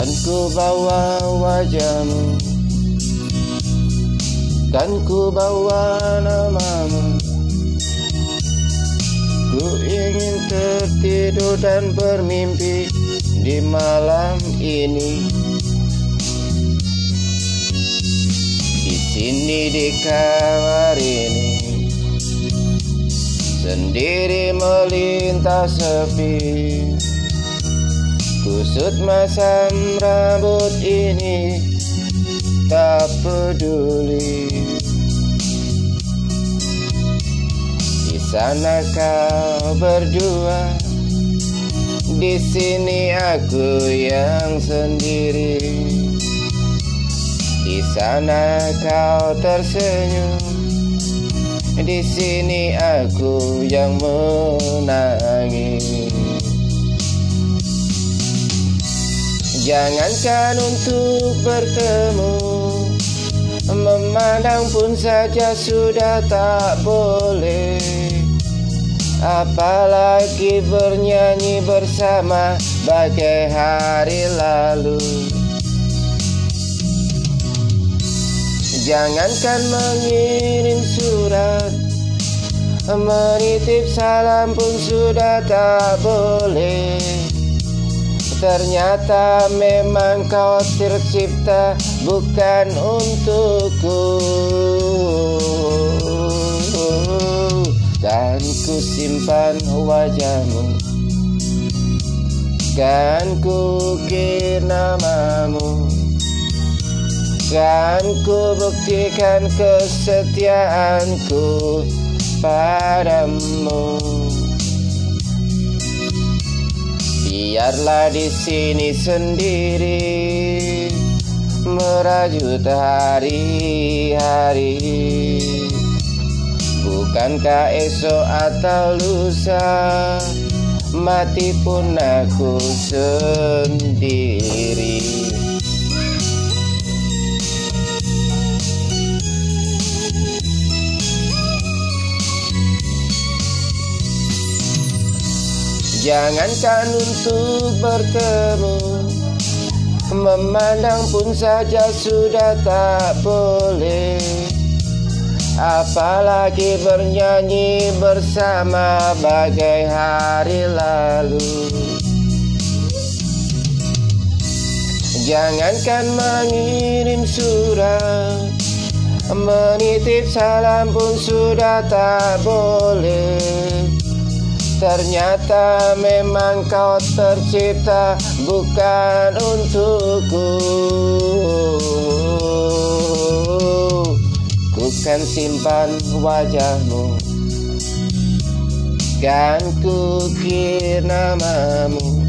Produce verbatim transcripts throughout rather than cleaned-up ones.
Kan ku bawa wajahmu, kan ku bawa namamu. Ku ingin tertidur dan bermimpi di malam ini. Di sini di kamar ini, sendiri melintas sepi. Kusut masam rambut ini, tak peduli. Di sana kau berdua, di sini aku yang sendiri. Di sana kau tersenyum, di sini aku yang menangis. Jangankan untuk bertemu, memandang pun saja sudah tak boleh. Apalagi bernyanyi bersama bagai hari lalu. Jangankan mengirim surat, menitip salam pun sudah tak boleh. Ternyata memang kau tercipta bukan untukku. Kan ku simpan wajahmu, kan ku ukir namamu, kan ku buktikan kesetiaanku padamu. Biarlah di sini sendiri merajut hari-hari. Bukankah esok atau lusa mati pun aku sendiri. Jangankan untuk bertemu, memandang pun saja sudah tak boleh. Apalagi bernyanyi bersama bagai hari lalu. Jangankan mengirim surat, menitip salam pun sudah tak boleh. Ternyata memang kau tercipta bukan untukku. Ku kan simpan wajahmu, kan ku ukir namamu,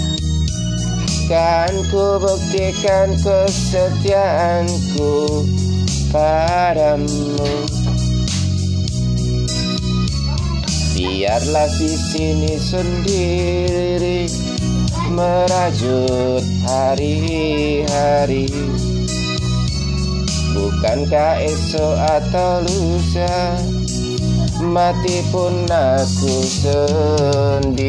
kan ku buktikan kesetiaanku padamu. Biarlah di sini sendiri merajut hari-hari. Bukankah esok atau lusa mati pun aku sendiri.